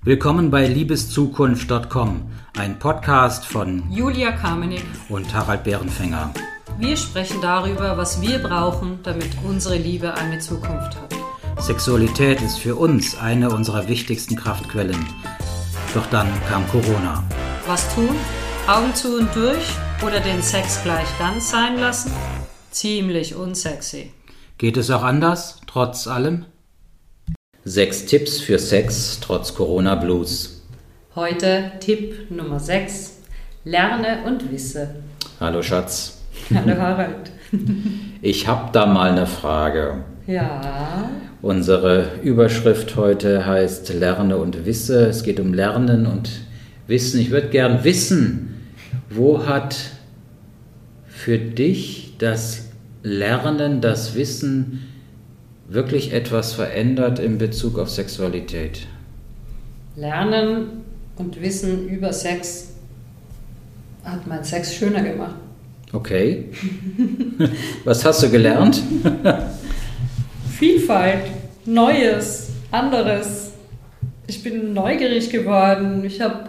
Willkommen bei liebeszukunft.com, ein Podcast von Julia Kamenik und Harald Bärenfänger. Wir sprechen darüber, was wir brauchen, damit unsere Liebe eine Zukunft hat. Sexualität ist für uns eine unserer wichtigsten Kraftquellen. Doch dann kam Corona. Was tun? Augen zu und durch oder den Sex gleich ganz sein lassen? Ziemlich unsexy. Geht es auch anders, trotz allem? 6 Tipps für Sex trotz Corona-Blues. Heute Tipp Nummer 6. Lerne und wisse. Hallo Schatz. Hallo Harald. Ich habe da mal eine Frage. Ja. Unsere Überschrift heute heißt Lerne und wisse. Es geht um Lernen und Wissen. Ich würde gern wissen, wo hat für dich das Lernen, das Wissen wirklich etwas verändert in Bezug auf Sexualität? Lernen und Wissen über Sex hat mein Sex schöner gemacht. Okay. Was hast du gelernt? Vielfalt, Neues, anderes. Ich bin neugierig geworden. Ich habe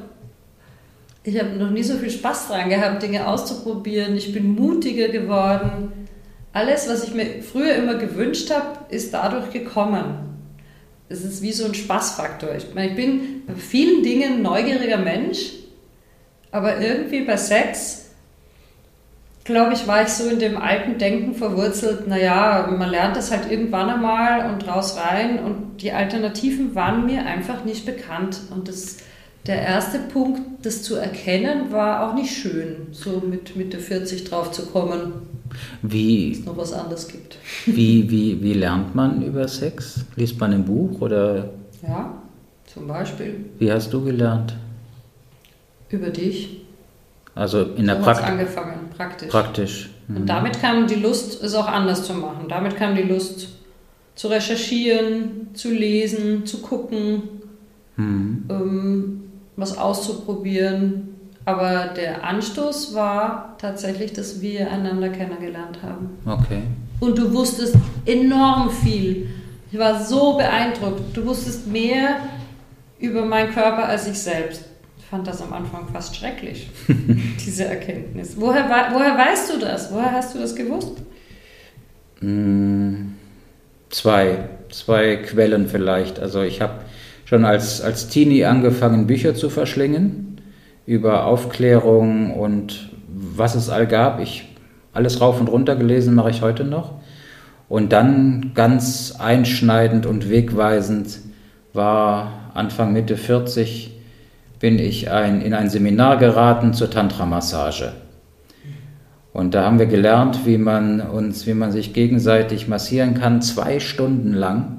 noch nie so viel Spaß dran gehabt, Dinge auszuprobieren. Ich bin mutiger geworden. Alles, was ich mir früher immer gewünscht habe, ist dadurch gekommen. Es ist wie so ein Spaßfaktor. Ich bin bei vielen Dingen ein neugieriger Mensch, aber irgendwie bei Sex, glaube ich, war ich so in dem alten Denken verwurzelt, naja, man lernt das halt irgendwann einmal und raus rein und die Alternativen waren mir einfach nicht bekannt. Und der erste Punkt, das zu erkennen, war auch nicht schön, so mit Mitte 40 drauf zu kommen. Dass es noch was anderes gibt. Wie lernt man über Sex? Liest man ein Buch oder? Ja, zum Beispiel. Wie hast du gelernt? Über dich. Also in der Praxis. Angefangen, praktisch. Praktisch. Mhm. Und damit kam die Lust, es auch anders zu machen. Damit kam die Lust zu recherchieren, zu lesen, zu gucken, was auszuprobieren. Aber der Anstoß war tatsächlich, dass wir einander kennengelernt haben. Okay. Und du wusstest enorm viel. Ich war so beeindruckt. Du wusstest mehr über meinen Körper als ich selbst. Ich fand das am Anfang fast schrecklich, diese Erkenntnis. Woher weißt du das? Woher hast du das gewusst? Zwei Quellen vielleicht. Also ich habe schon als Teenie angefangen, Bücher zu verschlingen über Aufklärung und was es all gab. Alles rauf und runter gelesen, mache ich heute noch. Und dann ganz einschneidend und wegweisend war Anfang Mitte 40, bin ich in ein Seminar geraten zur Tantra-Massage. Und da haben wir gelernt, wie man sich gegenseitig massieren kann, 2 Stunden lang.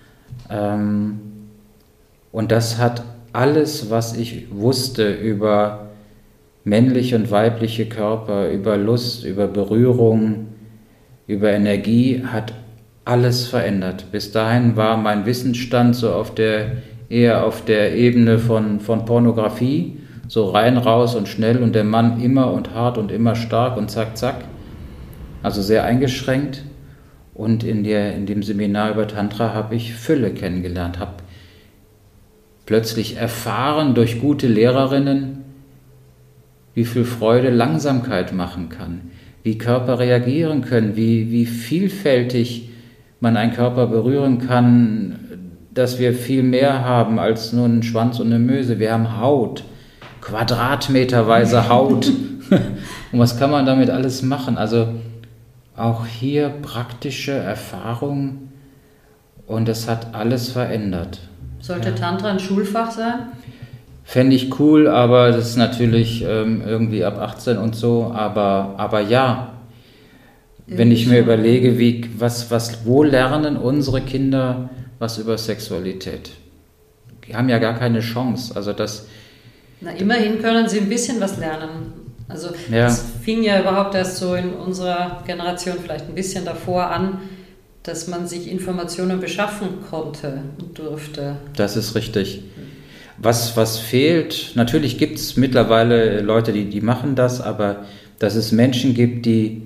Und das hat alles, was ich wusste über männliche und weibliche Körper, über Lust, über Berührung, über Energie, hat alles verändert. Bis dahin war mein Wissensstand so eher auf der Ebene von Pornografie, so rein, raus und schnell und der Mann immer und hart und immer stark und zack, zack. Also sehr eingeschränkt. Und in dem Seminar über Tantra habe ich Fülle kennengelernt, habe plötzlich erfahren durch gute Lehrerinnen, wie viel Freude Langsamkeit machen kann, wie Körper reagieren können, wie vielfältig man einen Körper berühren kann, dass wir viel mehr haben als nur einen Schwanz und eine Möse. Wir haben Haut, quadratmeterweise Haut. Und was kann man damit alles machen? Also auch hier praktische Erfahrung und das hat alles verändert. Sollte Tantra ein Schulfach sein? Fände ich cool, aber das ist natürlich irgendwie ab 18 und so. Aber ja, wenn ich mir überlege, wo lernen unsere Kinder was über Sexualität? Die haben ja gar keine Chance. Also immerhin können sie ein bisschen was lernen. Also das fing ja überhaupt erst so in unserer Generation vielleicht ein bisschen davor an, dass man sich Informationen beschaffen konnte und durfte. Das ist richtig. Was fehlt, natürlich gibt es mittlerweile Leute, die machen das, aber dass es Menschen gibt, die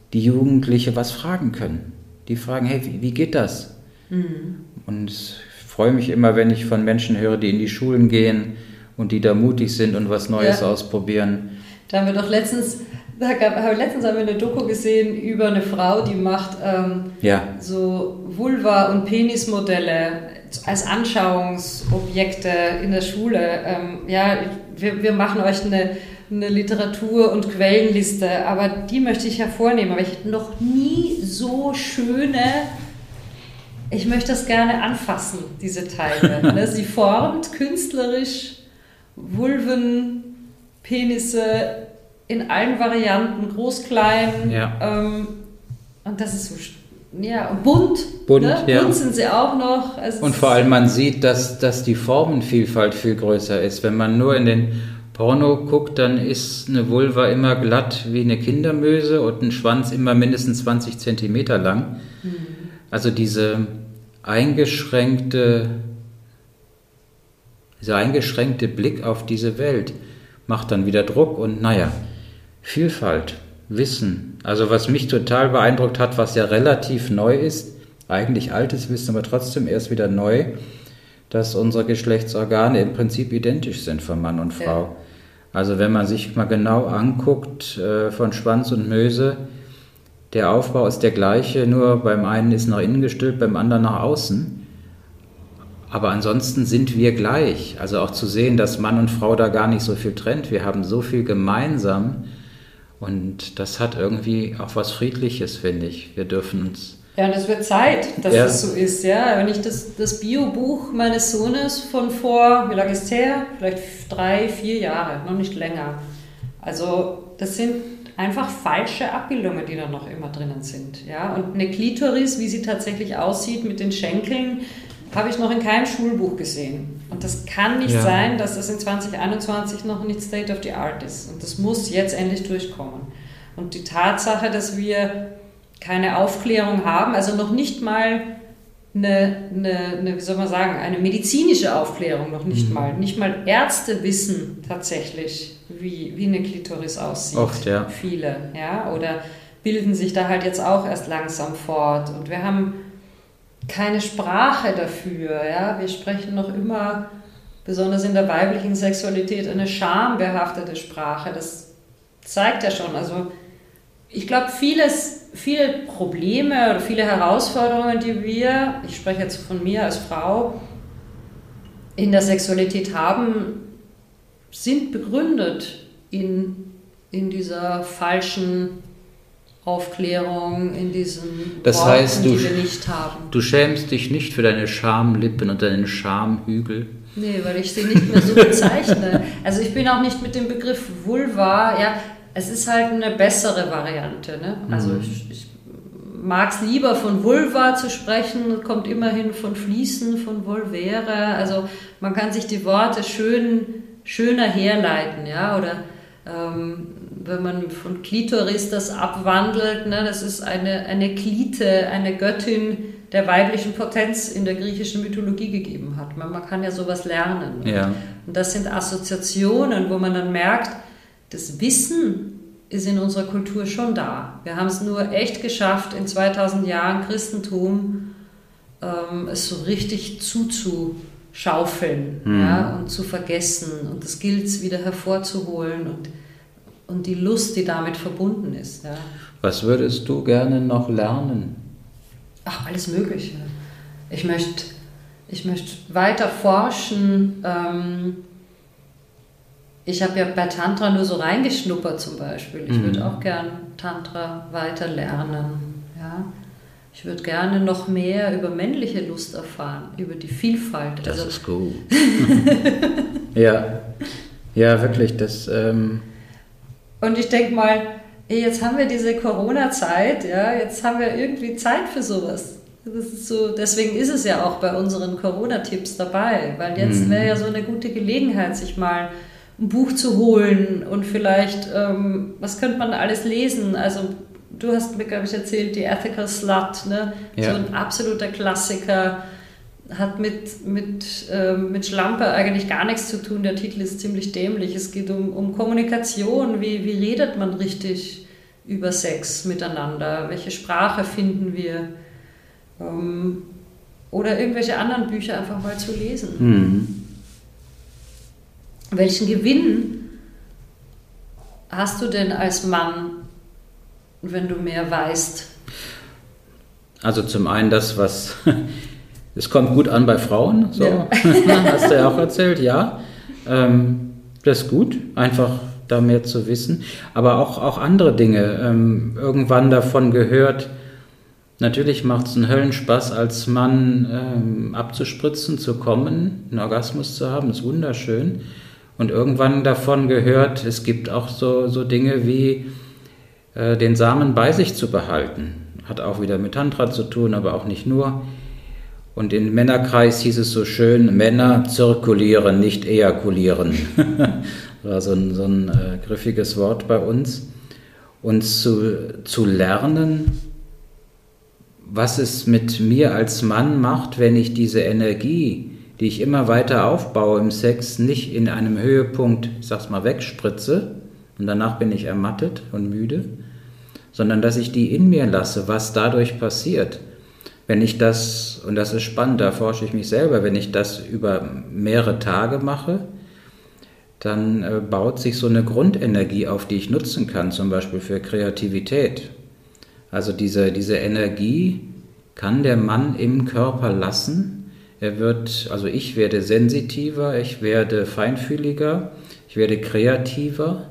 Jugendliche was fragen können. Die fragen, hey, wie geht das? Mhm. Und freue mich immer, wenn ich von Menschen höre, die in die Schulen gehen und die da mutig sind und was Neues ausprobieren. Da haben wir doch letztens haben wir eine Doku gesehen über eine Frau, die macht so Vulva- und Penismodelle als Anschauungsobjekte in der Schule. Wir machen euch eine Literatur- und Quellenliste, aber die möchte ich hervornehmen. Aber ich habe noch nie so schöne, ich möchte das gerne anfassen, diese Teile. Sie formt künstlerisch Vulven, Penisse in allen Varianten, groß, klein. Und das ist so bunt. Bunt sind sie auch noch. Also und vor allem man sieht, dass die Formenvielfalt viel größer ist. Wenn man nur in den Porno guckt, dann ist eine Vulva immer glatt wie eine Kindermöse und ein Schwanz immer mindestens 20 Zentimeter lang. Also dieser eingeschränkte Blick auf diese Welt macht dann wieder Druck und Vielfalt, Wissen. Also was mich total beeindruckt hat, was ja relativ neu ist, eigentlich altes Wissen, aber trotzdem erst wieder neu, dass unsere Geschlechtsorgane im Prinzip identisch sind von Mann und Frau. Ja. Also wenn man sich mal genau anguckt von Schwanz und Möse, der Aufbau ist der gleiche, nur beim einen ist nach innen gestülpt, beim anderen nach außen. Aber ansonsten sind wir gleich. Also auch zu sehen, dass Mann und Frau da gar nicht so viel trennt. Wir haben so viel gemeinsam. Und das hat irgendwie auch was Friedliches, finde ich. Wir dürfen uns... Ja, und es wird Zeit, dass das so ist. Ja? Wenn ich das Bio-Buch meines Sohnes von vor, wie lange ist es her? Vielleicht 3-4 Jahre, noch nicht länger. Also das sind einfach falsche Abbildungen, die da noch immer drinnen sind. Ja? Und eine Klitoris, wie sie tatsächlich aussieht mit den Schenkeln, habe ich noch in keinem Schulbuch gesehen. Und das kann nicht sein, dass das in 2021 noch nicht State of the Art ist. Und das muss jetzt endlich durchkommen. Und die Tatsache, dass wir keine Aufklärung haben, also noch nicht mal eine medizinische Aufklärung, noch nicht mal. Nicht mal Ärzte wissen tatsächlich, wie eine Klitoris aussieht. Oft, ja. Viele, ja, oder bilden sich da halt jetzt auch erst langsam fort. Und wir haben keine Sprache dafür, ja. Wir sprechen noch immer, besonders in der weiblichen Sexualität, eine schambehaftete Sprache. Das zeigt ja schon, also ich glaube, viele Probleme oder viele Herausforderungen, die ich spreche jetzt von mir als Frau, in der Sexualität haben, sind begründet in dieser falschen Aufklärung, in diesen Worten, die wir nicht haben. Du schämst dich nicht für deine Schamlippen und deinen Schamhügel? Nee, weil ich sie nicht mehr so bezeichne. Also ich bin auch nicht mit dem Begriff Vulva, es ist halt eine bessere Variante. Ne? Also ich mag es lieber von Vulva zu sprechen, kommt immerhin von Fließen, von Volvere. Also man kann sich die Worte schöner herleiten, ja, oder wenn man von Klitoris das abwandelt, ne, das ist eine Klite, eine Göttin der weiblichen Potenz in der griechischen Mythologie gegeben hat. Man kann ja sowas lernen. Ja. Und das sind Assoziationen, wo man dann merkt, das Wissen ist in unserer Kultur schon da. Wir haben es nur echt geschafft, in 2000 Jahren Christentum es so richtig zuzuschaufeln und zu vergessen und das gilt wieder hervorzuholen und die Lust, die damit verbunden ist. Ja. Was würdest du gerne noch lernen? Ach, alles Mögliche. Ich möchte weiter forschen. Ich habe ja bei Tantra nur so reingeschnuppert zum Beispiel. Ich würde auch gern Tantra weiter lernen. Ja. Ich würde gerne noch mehr über männliche Lust erfahren, über die Vielfalt. Das ist gut. Ja, wirklich. Und ich denke mal, jetzt haben wir diese Corona-Zeit, ja, jetzt haben wir irgendwie Zeit für sowas. Das ist so, deswegen ist es ja auch bei unseren Corona-Tipps dabei, weil jetzt wäre ja so eine gute Gelegenheit, sich mal ein Buch zu holen und vielleicht, was könnte man alles lesen? Also du hast mir, glaube ich, erzählt, die Ethical Slut, ne? Ja. So ein absoluter Klassiker, hat mit Schlampe eigentlich gar nichts zu tun. Der Titel ist ziemlich dämlich. Es geht um Kommunikation. Wie redet man richtig über Sex miteinander? Welche Sprache finden wir? oder irgendwelche anderen Bücher einfach mal zu lesen. Mhm. Welchen Gewinn hast du denn als Mann, wenn du mehr weißt? Also zum einen das, was... Es kommt gut an bei Frauen, so. Ja. Hast du ja auch erzählt, ja. Das ist gut, einfach da mehr zu wissen. Aber auch andere Dinge. Irgendwann davon gehört, natürlich macht es einen Höllenspaß, als Mann abzuspritzen, zu kommen, einen Orgasmus zu haben, ist wunderschön. Und irgendwann davon gehört, es gibt auch so Dinge wie den Samen bei sich zu behalten. Hat auch wieder mit Tantra zu tun, aber auch nicht nur. Und im Männerkreis hieß es so schön, Männer zirkulieren, nicht ejakulieren. War so ein griffiges Wort bei uns. Und zu lernen, was es mit mir als Mann macht, wenn ich diese Energie, die ich immer weiter aufbaue im Sex, nicht in einem Höhepunkt, ich sag's mal, wegspritze und danach bin ich ermattet und müde, sondern dass ich die in mir lasse, was dadurch passiert. Wenn ich das, und das ist spannend, da forsche ich mich selber, wenn ich das über mehrere Tage mache, dann baut sich so eine Grundenergie auf, die ich nutzen kann, zum Beispiel für Kreativität. Also diese Energie kann der Mann im Körper lassen. Ich werde sensitiver, ich werde feinfühliger, ich werde kreativer.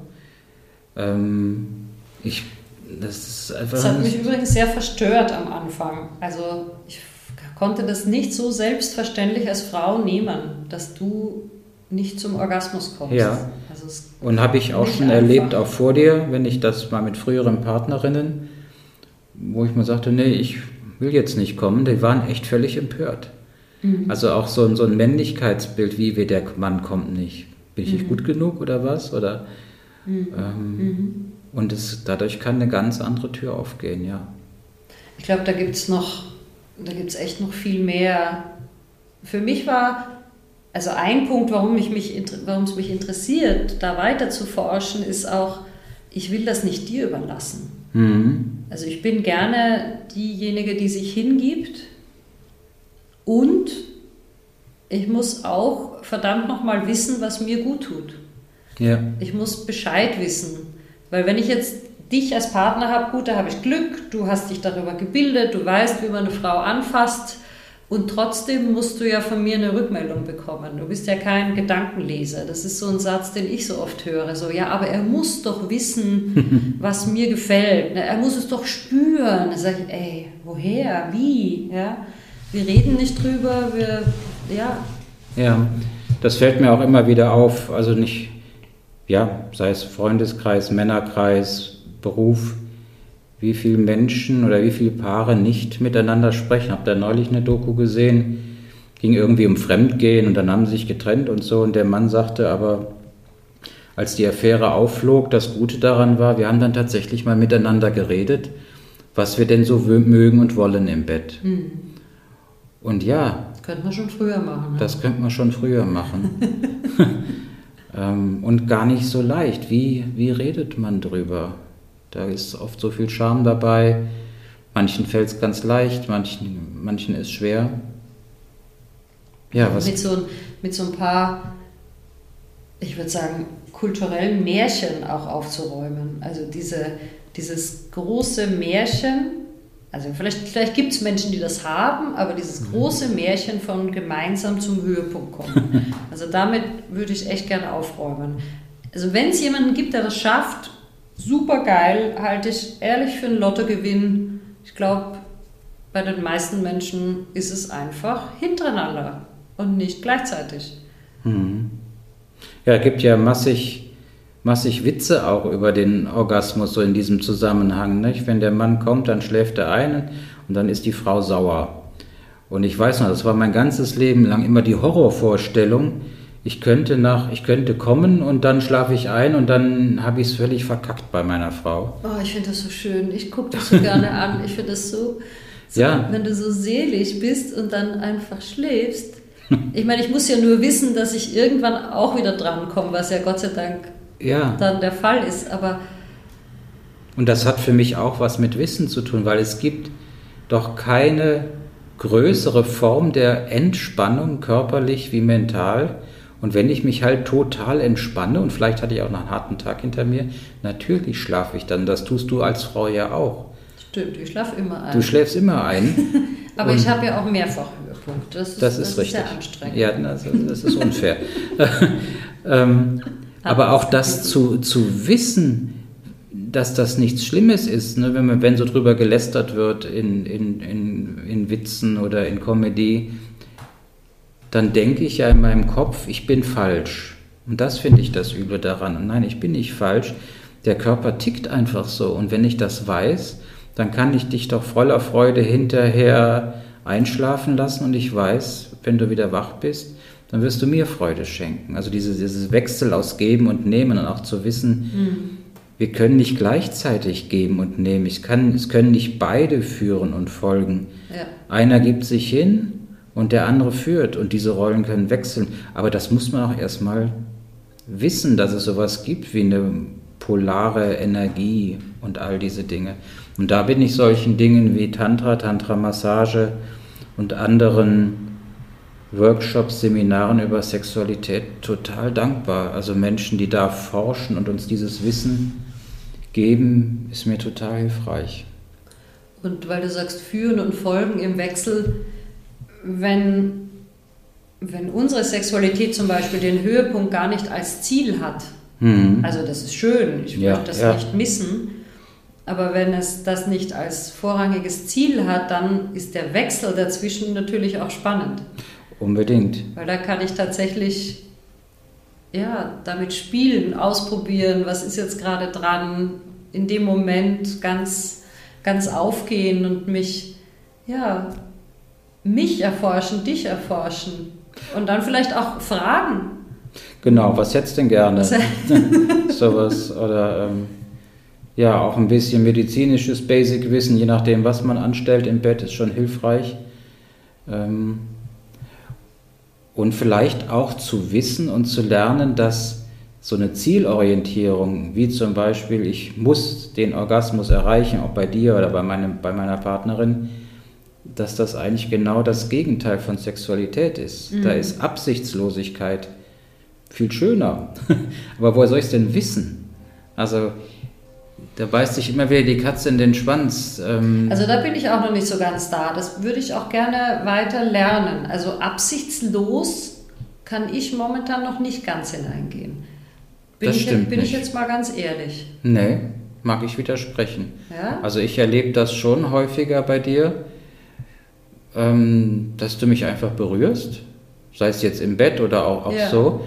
Das hat mich übrigens sehr verstört am Anfang. Also ich konnte das nicht so selbstverständlich als Frau nehmen, dass du nicht zum Orgasmus kommst. Ja, also und habe ich auch schon erlebt, auch vor dir, wenn ich das mal mit früheren Partnerinnen, wo ich mir sagte, nee, ich will jetzt nicht kommen, die waren echt völlig empört. Mhm. Also auch so ein Männlichkeitsbild, wie der Mann kommt nicht. Bin ich nicht gut genug oder was? Oder und dadurch kann eine ganz andere Tür aufgehen, ja. Ich glaube, da gibt's echt noch viel mehr. Für mich war, also ein Punkt, warum es mich interessiert, da weiter zu forschen, ist auch, ich will das nicht dir überlassen. Mhm. Also ich bin gerne diejenige, die sich hingibt, und ich muss auch verdammt nochmal wissen, was mir gut tut. Ja. Ich muss Bescheid wissen. Weil wenn ich jetzt dich als Partner habe, gut, da habe ich Glück, du hast dich darüber gebildet, du weißt, wie man eine Frau anfasst, und trotzdem musst du ja von mir eine Rückmeldung bekommen. Du bist ja kein Gedankenleser. Das ist so ein Satz, den ich so oft höre. So, ja, aber er muss doch wissen, was mir gefällt. Er muss es doch spüren. Da sage ich, ey, woher, wie? Ja? Wir reden nicht drüber, Ja, das fällt mir auch immer wieder auf. Also nicht... Ja, sei es Freundeskreis, Männerkreis, Beruf, wie viele Menschen oder wie viele Paare nicht miteinander sprechen. Ich habe da neulich eine Doku gesehen, ging irgendwie um Fremdgehen und dann haben sie sich getrennt und so. Und der Mann sagte aber, als die Affäre aufflog, das Gute daran war, wir haben dann tatsächlich mal miteinander geredet, was wir denn so mögen und wollen im Bett. Mhm. Und ja. Das könnte man schon früher machen. Ne? Das könnte man schon früher machen. Und gar nicht so leicht. Wie redet man drüber? Da ist oft so viel Scham dabei. Manchen fällt es ganz leicht, manchen ist schwer. Ja, was? Mit so ein paar, ich würde sagen, kulturellen Märchen auch aufzuräumen. Also dieses große Märchen, also vielleicht gibt es Menschen, die das haben, aber dieses große Märchen von gemeinsam zum Höhepunkt kommen. Also damit würde ich echt gerne aufräumen. Also wenn es jemanden gibt, der das schafft, super geil, halte ich ehrlich für einen Lottogewinn. Ich glaube, bei den meisten Menschen ist es einfach hintereinander und nicht gleichzeitig. Ja, es gibt ja massig Witze auch über den Orgasmus so in diesem Zusammenhang. Nicht? Wenn der Mann kommt, dann schläft er ein und dann ist die Frau sauer. Und ich weiß noch, das war mein ganzes Leben lang immer die Horrorvorstellung, ich könnte kommen und dann schlafe ich ein und dann habe ich es völlig verkackt bei meiner Frau. Oh, ich finde das so schön. Ich gucke das so gerne an. Ich finde das so, wenn du so selig bist und dann einfach schläfst. Ich meine, ich muss ja nur wissen, dass ich irgendwann auch wieder drankomme, was ja Gott sei Dank dann der Fall ist. Und das hat für mich auch was mit Wissen zu tun, weil es gibt doch keine größere Form der Entspannung, körperlich wie mental. Und wenn ich mich halt total entspanne, und vielleicht hatte ich auch noch einen harten Tag hinter mir, natürlich schlafe ich dann. Das tust du als Frau ja auch. Stimmt, ich schlafe immer ein. Du schläfst immer ein. Aber ich habe ja auch mehrfach Höhepunkt. Das ist richtig. Sehr anstrengend. Ja, das ist unfair. Aber auch das zu wissen, dass das nichts Schlimmes ist, ne? Wenn so drüber gelästert wird in Witzen oder in Comedy, dann denke ich ja in meinem Kopf, ich bin falsch. Und das finde ich das Üble daran. Und nein, ich bin nicht falsch. Der Körper tickt einfach so. Und wenn ich das weiß, dann kann ich dich doch voller Freude hinterher einschlafen lassen. Und ich weiß, wenn du wieder wach bist, dann wirst du mir Freude schenken. Also dieses Wechsel aus Geben und Nehmen und auch zu wissen, wir können nicht gleichzeitig geben und nehmen. Es können nicht beide führen und folgen. Ja. Einer gibt sich hin und der andere führt. Und diese Rollen können wechseln. Aber das muss man auch erstmal wissen, dass es sowas gibt wie eine polare Energie und all diese Dinge. Und da bin ich solchen Dingen wie Tantra-Massage und anderen Workshops, Seminaren über Sexualität total dankbar. Also Menschen, die da forschen und uns dieses Wissen geben, ist mir total hilfreich. Und weil du sagst, führen und folgen im Wechsel, wenn unsere Sexualität zum Beispiel den Höhepunkt gar nicht als Ziel hat, also das ist schön, ich möchte das nicht missen, aber wenn es das nicht als vorrangiges Ziel hat, dann ist der Wechsel dazwischen natürlich auch spannend. Unbedingt. Weil da kann ich tatsächlich damit spielen, ausprobieren, was ist jetzt gerade dran, in dem Moment ganz, ganz aufgehen und mich erforschen, dich erforschen und dann vielleicht auch fragen. Genau, was hättest du denn gerne? Sowas oder auch ein bisschen medizinisches Basic-Wissen, je nachdem, was man anstellt im Bett, ist schon hilfreich. Und vielleicht auch zu wissen und zu lernen, dass so eine Zielorientierung, wie zum Beispiel, ich muss den Orgasmus erreichen, ob bei dir oder bei meiner Partnerin, dass das eigentlich genau das Gegenteil von Sexualität ist. Da ist Absichtslosigkeit viel schöner. Aber woher soll ich es denn wissen? Also da beißt sich immer wieder die Katze in den Schwanz. Also da bin ich auch noch nicht so ganz da. Das würde ich auch gerne weiter lernen. Also absichtslos kann ich momentan noch nicht ganz hineingehen. Bin ich jetzt mal ganz ehrlich. Nee, mag ich widersprechen. Ja? Also ich erlebe das schon häufiger bei dir, dass du mich einfach berührst, sei es jetzt im Bett oder auch so.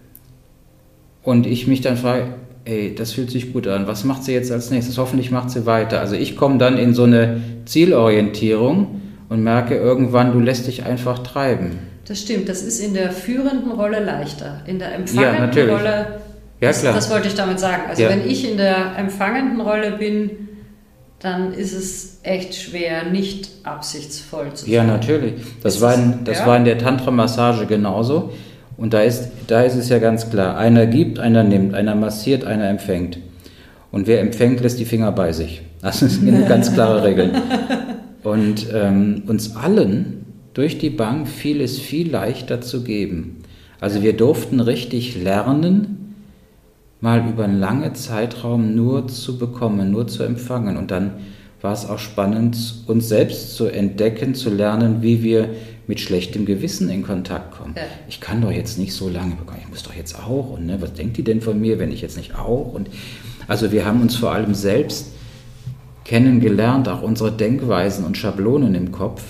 Und ich mich dann frage, das fühlt sich gut an, was macht sie jetzt als nächstes? Hoffentlich macht sie weiter. Also ich komme dann in so eine Zielorientierung und merke irgendwann, du lässt dich einfach treiben. Das stimmt, das ist in der führenden Rolle leichter. In der empfangenden Rolle, das wollte ich damit sagen. Also wenn ich in der empfangenden Rolle bin, dann ist es echt schwer, nicht absichtsvoll zu sein. Ja, natürlich. Das war in der Tantra-Massage genauso. Und da ist es ja ganz klar, einer gibt, einer nimmt, einer massiert, einer empfängt. Und wer empfängt, lässt die Finger bei sich. Das ist eine ganz klare Regel. Und uns allen durch die Bank fiel es viel leichter zu geben. Also wir durften richtig lernen, mal über einen langen Zeitraum nur zu bekommen, nur zu empfangen. Und dann war es auch spannend, uns selbst zu entdecken, zu lernen, wie wir mit schlechtem Gewissen in Kontakt kommen. Ja. Ich kann doch jetzt nicht so lange bekommen, ich muss doch jetzt auch. Und was denkt die denn von mir, wenn ich jetzt nicht auch? Und also wir haben uns vor allem selbst kennengelernt, auch unsere Denkweisen und Schablonen im Kopf.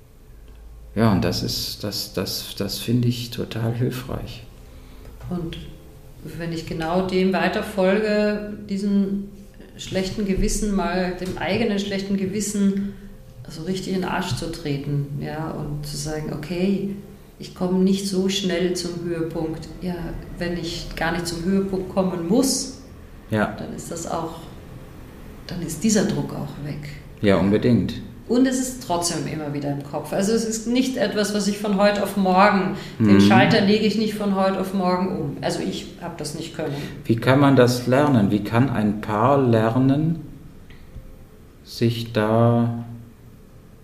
Ja, und das finde ich total hilfreich. Und wenn ich genau dem weiter folge, diesem schlechten Gewissen, mal dem eigenen schlechten Gewissen so richtig in den Arsch zu treten, und zu sagen, okay, ich komme nicht so schnell zum Höhepunkt. Ja, wenn ich gar nicht zum Höhepunkt kommen muss, dann ist dann ist dieser Druck auch weg. Ja, unbedingt. Und es ist trotzdem immer wieder im Kopf. Also es ist nicht etwas, was ich von heute auf morgen, den Schalter lege ich nicht von heute auf morgen um. Also ich habe das nicht können. Wie kann man das lernen? Wie kann ein Paar lernen, sich da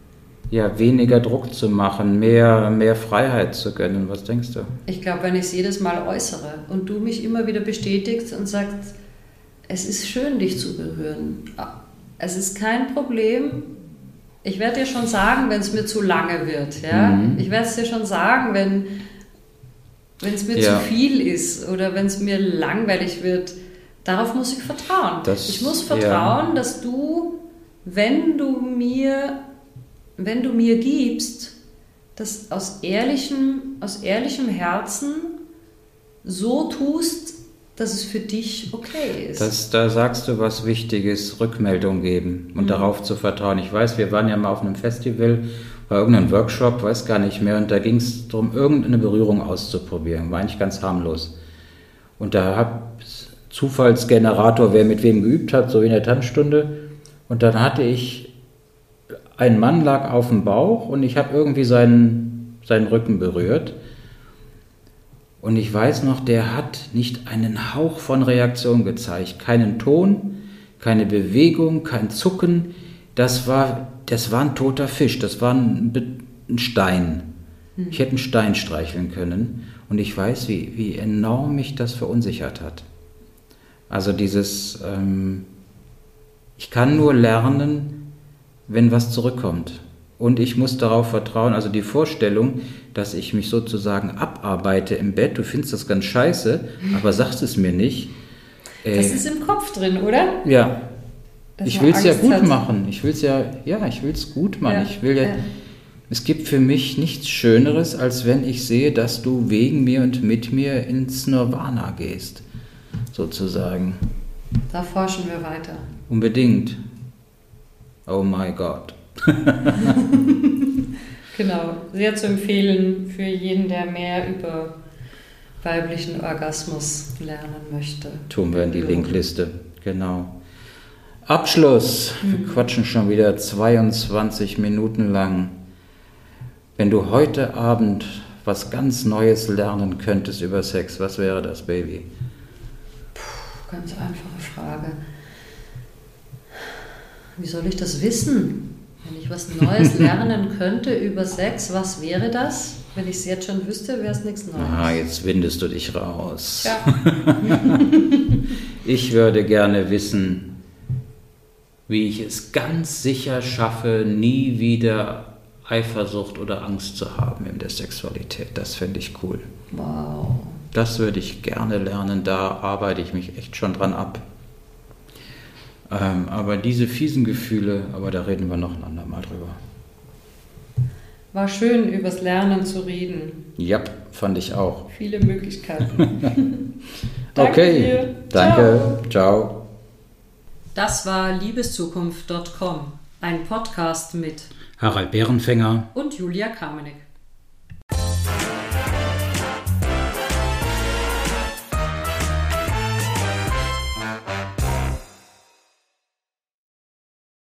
ja, weniger Druck zu machen, mehr Freiheit zu gönnen. Was denkst du? Ich glaube, wenn ich es jedes Mal äußere und du mich immer wieder bestätigst und sagst, es ist schön, dich zu berühren. Es ist kein Problem. Ich werde dir schon sagen, wenn es mir zu lange wird. Ja? Ich werde es dir schon sagen, wenn es mir zu viel ist oder wenn es mir langweilig wird. Darauf muss ich vertrauen. Ich muss vertrauen, dass du, wenn du mir gibst, das aus ehrlichem Herzen so tust, dass es für dich okay ist. Da sagst du was Wichtiges, Rückmeldung geben und darauf zu vertrauen. Ich weiß, wir waren ja mal auf einem Festival, war irgendein Workshop, weiß gar nicht mehr, und da ging es darum, irgendeine Berührung auszuprobieren. War eigentlich ganz harmlos. Und da hat Zufallsgenerator, wer mit wem geübt hat, so wie in der Tanzstunde. Und dann hatte ich, ein Mann lag auf dem Bauch und ich habe irgendwie seinen Rücken berührt. Und ich weiß noch, der hat nicht einen Hauch von Reaktion gezeigt. Keinen Ton, keine Bewegung, kein Zucken. Das war ein toter Fisch, das war ein Stein. Ich hätte einen Stein streicheln können. Und ich weiß, wie enorm mich das verunsichert hat. Also dieses, ich kann nur lernen, wenn was zurückkommt. Und ich muss darauf vertrauen, also die Vorstellung, dass ich mich sozusagen abarbeite im Bett, du findest das ganz scheiße, aber sagst es mir nicht. Das ist im Kopf drin, oder? Ja. Ich will es ja gut machen. Ich will es gut machen. Es gibt für mich nichts Schöneres, als wenn ich sehe, dass du wegen mir und mit mir ins Nirvana gehst, sozusagen. Da forschen wir weiter. Unbedingt. Oh my God. Genau, sehr zu empfehlen für jeden, der mehr über weiblichen Orgasmus lernen möchte. Tun wir in die Linkliste, genau. Abschluss. Wir quatschen schon wieder 22 Minuten lang. Wenn du heute Abend was ganz Neues lernen könntest über Sex, was wäre das, Baby? Ganz einfache Frage. Wie soll ich das wissen? Wenn ich was Neues lernen könnte über Sex, was wäre das? Wenn ich es jetzt schon wüsste, wäre es nichts Neues. Aha, jetzt windest du dich raus. Ja. Ich würde gerne wissen, wie ich es ganz sicher schaffe, nie wieder Eifersucht oder Angst zu haben in der Sexualität. Das fände ich cool. Wow. Das würde ich gerne lernen, da arbeite ich mich echt schon dran ab. Aber diese fiesen Gefühle, aber da reden wir noch ein andermal drüber. War schön, übers Lernen zu reden. Ja, fand ich auch. Viele Möglichkeiten. Danke okay, dir. Danke. Ciao. Das war liebeszukunft.com, ein Podcast mit Harald Bärenfänger und Julia Kamenek.